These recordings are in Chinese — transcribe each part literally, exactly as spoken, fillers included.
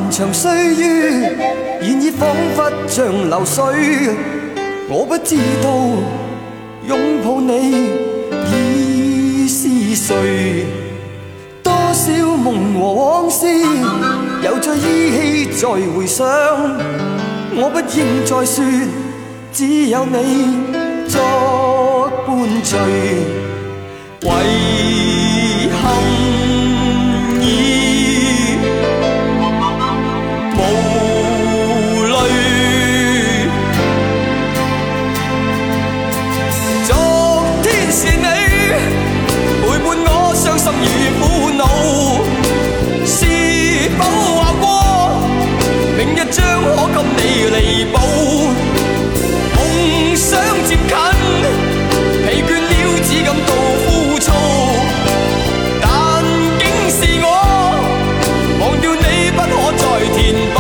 長歲月，現已彷彿像流水。我不知道擁抱你已是誰，多少夢和往事又再依稀再回想。我不應再說，只有你作伴隨。遺憾已無淚，昨天是你陪伴我傷心與苦惱，是否話過明日將可給你彌補？夢想接近，疲倦了只感到枯燥，但竟是我忘掉你不可再填補。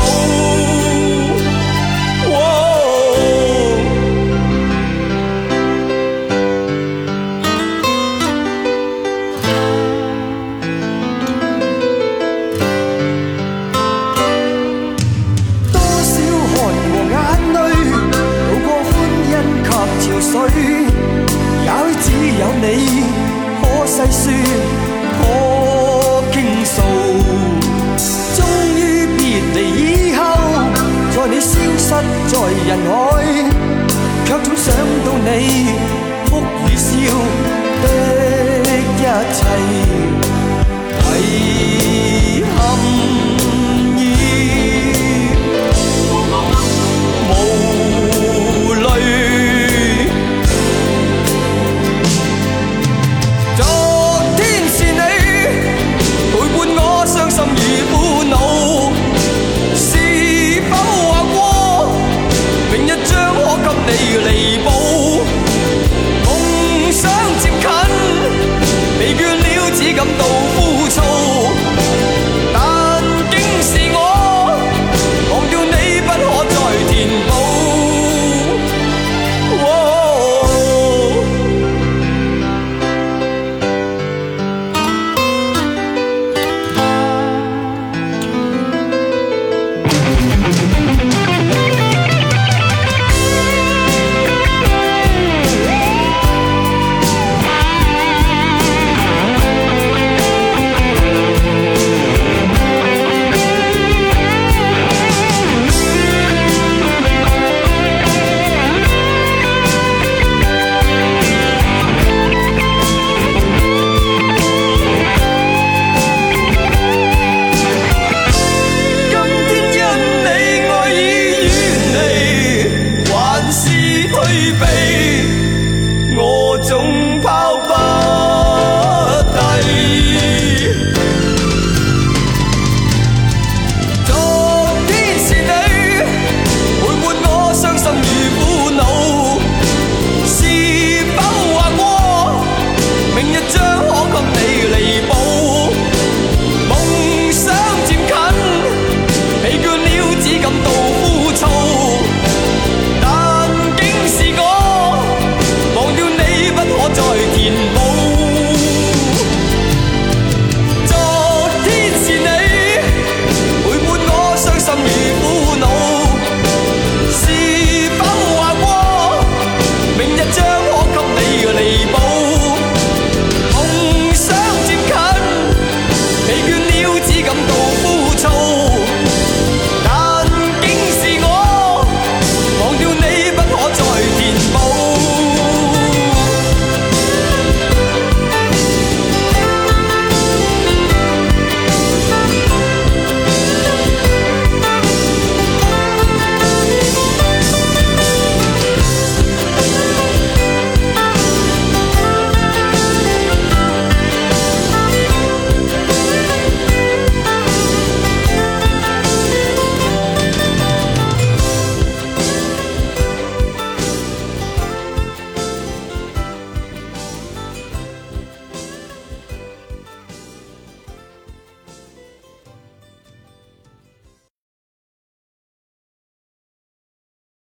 多少汗和眼淚，渡過歡欣及潮水，也許只有你可細說，可傾訴。終於別離以後，在你消失在人海，卻總想到你哭與笑的一切。遺